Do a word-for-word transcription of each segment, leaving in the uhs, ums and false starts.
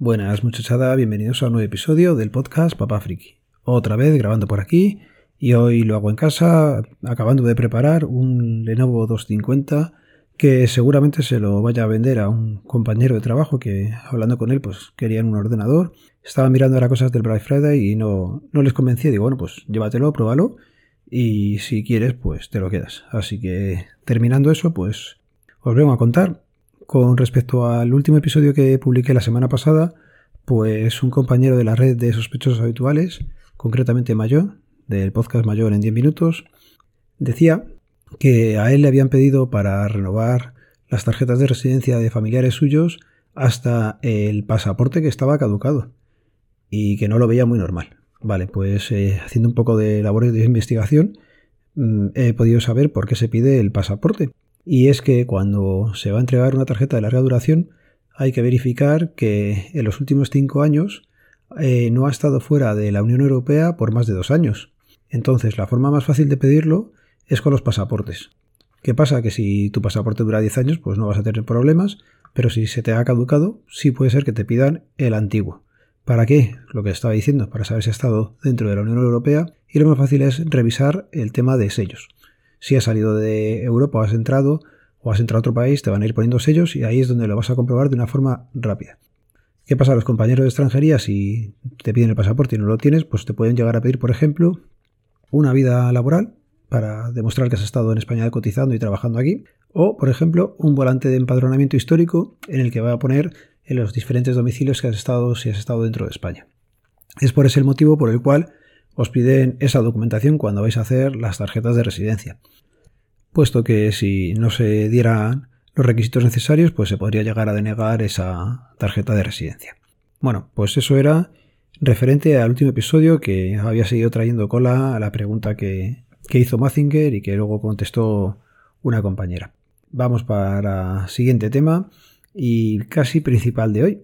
Buenas muchachada, bienvenidos a un nuevo episodio del podcast Papá Friki. Otra vez grabando por aquí y hoy lo hago en casa, acabando de preparar un Lenovo doscientos cincuenta que seguramente se lo vaya a vender a un compañero de trabajo que, hablando con él, pues querían un ordenador. Estaba mirando ahora cosas del Black Friday y no, no les convencía. Digo, bueno, pues llévatelo, pruébalo y si quieres, pues te lo quedas. Así que terminando eso, pues os vengo a contar. Con respecto al último episodio que publiqué la semana pasada, pues un compañero de la red de sospechosos habituales, concretamente Mayor, del podcast Mayor en diez minutos, decía que a él le habían pedido para renovar las tarjetas de residencia de familiares suyos hasta el pasaporte que estaba caducado y que no lo veía muy normal. Vale, pues eh, haciendo un poco de labores de investigación mmm, he podido saber por qué se pide el pasaporte. Y es que cuando se va a entregar una tarjeta de larga duración hay que verificar que en los últimos cinco años eh, no ha estado fuera de la Unión Europea por más de dos años. Entonces la forma más fácil de pedirlo es con los pasaportes. ¿Qué pasa? Que si tu pasaporte dura diez años pues no vas a tener problemas, pero si se te ha caducado sí puede ser que te pidan el antiguo. ¿Para qué? Lo que estaba diciendo, para saber si ha estado dentro de la Unión Europea, y lo más fácil es revisar el tema de sellos. Si has salido de Europa o has entrado o has entrado a otro país, te van a ir poniendo sellos y ahí es donde lo vas a comprobar de una forma rápida. ¿Qué pasa? Los compañeros de extranjería, si te piden el pasaporte y no lo tienes, pues te pueden llegar a pedir, por ejemplo, una vida laboral para demostrar que has estado en España cotizando y trabajando aquí, o, por ejemplo, un volante de empadronamiento histórico en el que va a poner en los diferentes domicilios que has estado si has estado dentro de España. Es por ese el motivo por el cual os piden esa documentación cuando vais a hacer las tarjetas de residencia, puesto que si no se dieran los requisitos necesarios, pues se podría llegar a denegar esa tarjeta de residencia. Bueno, pues eso era referente al último episodio, que había seguido trayendo cola a la pregunta que, que hizo Mazinger y que luego contestó una compañera. Vamos para el siguiente tema y casi principal de hoy.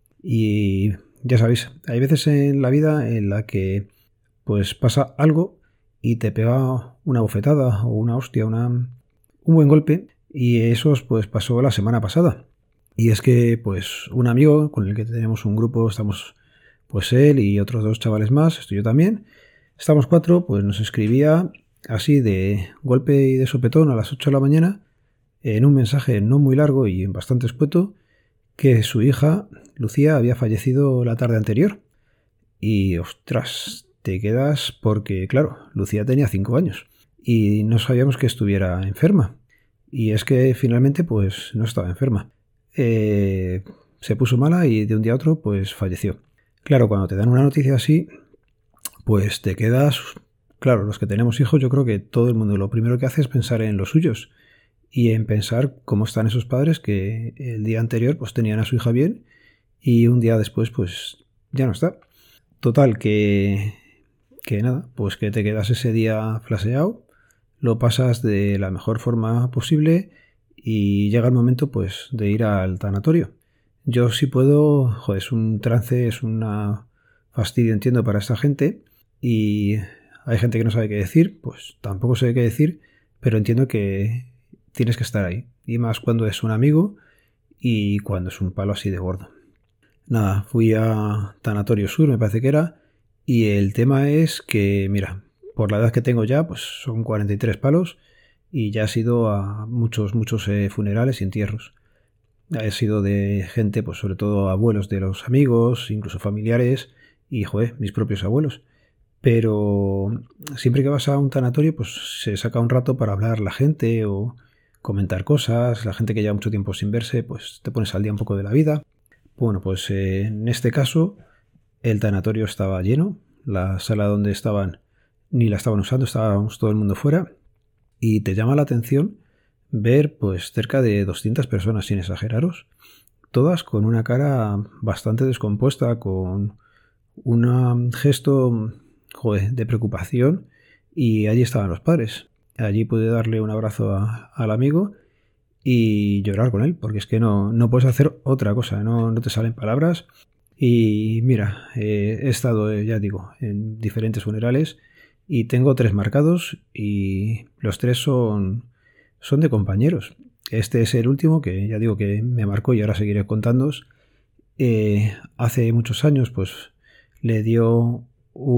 Y ya sabéis, hay veces en la vida en la que pues pasa algo y te pega una bofetada o una hostia, una, un buen golpe, y eso pues pasó la semana pasada. Y es que pues un amigo con el que tenemos un grupo, estamos pues él y otros dos chavales más, estoy yo también, estamos cuatro, pues nos escribía así de golpe y de sopetón a las ocho de la mañana en un mensaje no muy largo y bastante escueto que su hija Lucía había fallecido la tarde anterior. Y ostras, te quedas porque, claro, Lucía tenía cinco años y no sabíamos que estuviera enferma. Y es que finalmente pues no estaba enferma. Eh, se puso mala y de un día a otro pues falleció. Claro, cuando te dan una noticia así, pues te quedas... Claro, los que tenemos hijos, yo creo que todo el mundo lo primero que hace es pensar en los suyos y en pensar cómo están esos padres que el día anterior pues tenían a su hija bien y un día después pues ya no está. Total, que... Que nada, pues que te quedas ese día flaseado, lo pasas de la mejor forma posible y llega el momento pues de ir al tanatorio. Yo sí puedo, joder, es un trance, es un fastidio, entiendo, para esta gente, y hay gente que no sabe qué decir, pues tampoco sé qué decir, pero entiendo que tienes que estar ahí, y más cuando es un amigo y cuando es un palo así de gordo. Nada, fui a Tanatorio Sur, me parece que era. Y el tema es que, mira, por la edad que tengo ya, pues son cuarenta y tres palos y ya he sido a muchos, muchos eh, funerales y entierros. He sido de gente, pues sobre todo abuelos de los amigos, incluso familiares y, joder, mis propios abuelos. Pero siempre que vas a un tanatorio, pues se saca un rato para hablar la gente o comentar cosas. La gente que lleva mucho tiempo sin verse, pues te pones al día un poco de la vida. Bueno, pues eh, en este caso... El tanatorio estaba lleno, la sala donde estaban ni la estaban usando, estábamos todo el mundo fuera, y te llama la atención ver pues cerca de doscientas personas, sin exageraros, todas con una cara bastante descompuesta, con un gesto, joder, de preocupación, y allí estaban los padres. Allí pude darle un abrazo a, al amigo y llorar con él, porque es que no, no puedes hacer otra cosa, no, no te salen palabras. Y mira, eh, he estado, eh, ya digo, en diferentes funerales y tengo tres marcados y los tres son, son de compañeros. Este es el último que ya digo que me marcó y ahora seguiré contándoos. Eh, hace muchos años pues le dio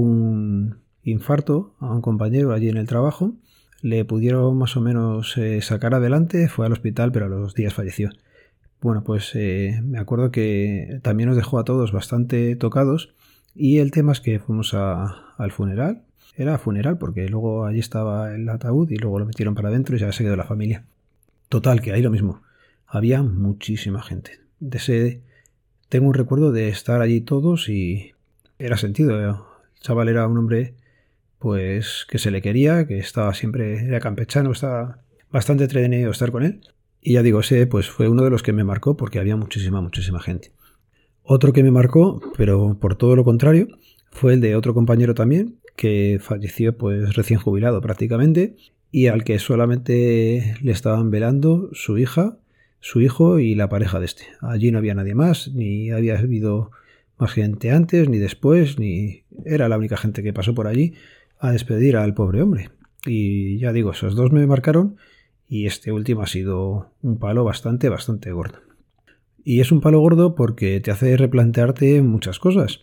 un infarto a un compañero allí en el trabajo. Le pudieron más o menos eh, sacar adelante, fue al hospital, pero a los días falleció. Bueno, pues eh, me acuerdo que también nos dejó a todos bastante tocados, y el tema es que fuimos a, al funeral. Era funeral porque luego allí estaba el ataúd y luego lo metieron para adentro y ya se quedó la familia. Total, que ahí lo mismo. Había muchísima gente. De ese, tengo un recuerdo de estar allí todos y era sentido. El chaval era un hombre pues que se le quería, que estaba siempre, era campechano, estaba bastante entretenido estar con él. Y ya digo, ese pues fue uno de los que me marcó porque había muchísima, muchísima gente. Otro que me marcó, pero por todo lo contrario, fue el de otro compañero también, que falleció pues recién jubilado prácticamente, y al que solamente le estaban velando su hija, su hijo y la pareja de este. Allí no había nadie más, ni había habido más gente antes, ni después, ni era la única gente que pasó por allí a despedir al pobre hombre. Y ya digo, esos dos me marcaron, y este último ha sido un palo bastante, bastante gordo. Y es un palo gordo porque te hace replantearte muchas cosas.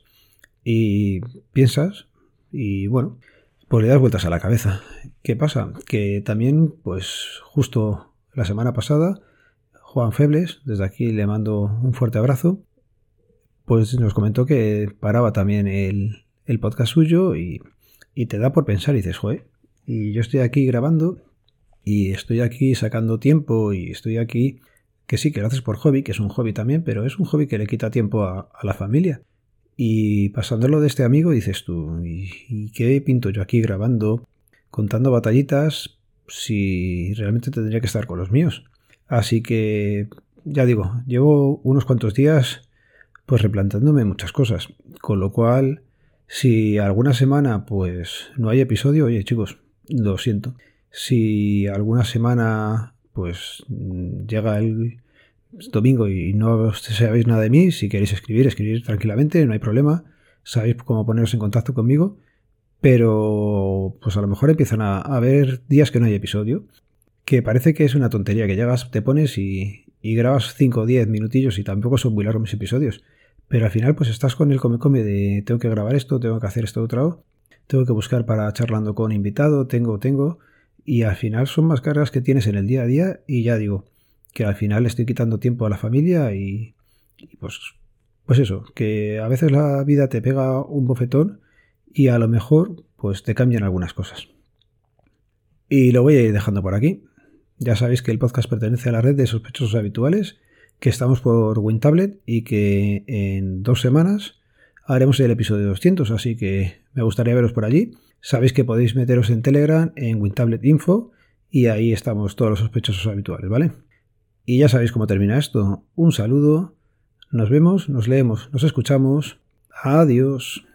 Y piensas, y bueno, pues le das vueltas a la cabeza. ¿Qué pasa? Que también, pues justo la semana pasada, Juan Febles, desde aquí le mando un fuerte abrazo, pues nos comentó que paraba también el, el podcast suyo y, y te da por pensar y dices, joder, y yo estoy aquí grabando y estoy aquí sacando tiempo y estoy aquí, que sí, que lo haces por hobby, que es un hobby también, pero es un hobby que le quita tiempo a, a la familia. Y pasándolo de este amigo dices tú, ¿y, ¿y qué pinto yo aquí grabando, contando batallitas, si realmente tendría que estar con los míos? Así que, ya digo, llevo unos cuantos días pues replanteándome muchas cosas, con lo cual, si alguna semana pues no hay episodio, oye chicos, lo siento. Si alguna semana pues llega el domingo y no sabéis nada de mí, si queréis escribir, escribir tranquilamente, no hay problema. Sabéis cómo poneros en contacto conmigo, pero pues a lo mejor empiezan a haber días que no hay episodio, que parece que es una tontería, que llegas, te pones y, y grabas cinco o diez minutillos y tampoco son muy largos mis episodios, pero al final pues estás con el come-come de tengo que grabar esto, tengo que hacer esto otro, tengo que buscar para charlando con invitado, tengo, tengo... Y al final son más cargas que tienes en el día a día, y ya digo que al final estoy quitando tiempo a la familia y, y pues, pues eso, que a veces la vida te pega un bofetón y a lo mejor pues te cambian algunas cosas. Y lo voy a ir dejando por aquí. Ya sabéis que el podcast pertenece a la red de sospechosos habituales, que estamos por WinTablet y que en dos semanas haremos el episodio doscientos, así que me gustaría veros por allí. Sabéis que podéis meteros en Telegram, en WinTablet Info, y ahí estamos todos los sospechosos habituales, ¿vale? Y ya sabéis cómo termina esto. Un saludo, nos vemos, nos leemos, nos escuchamos. Adiós.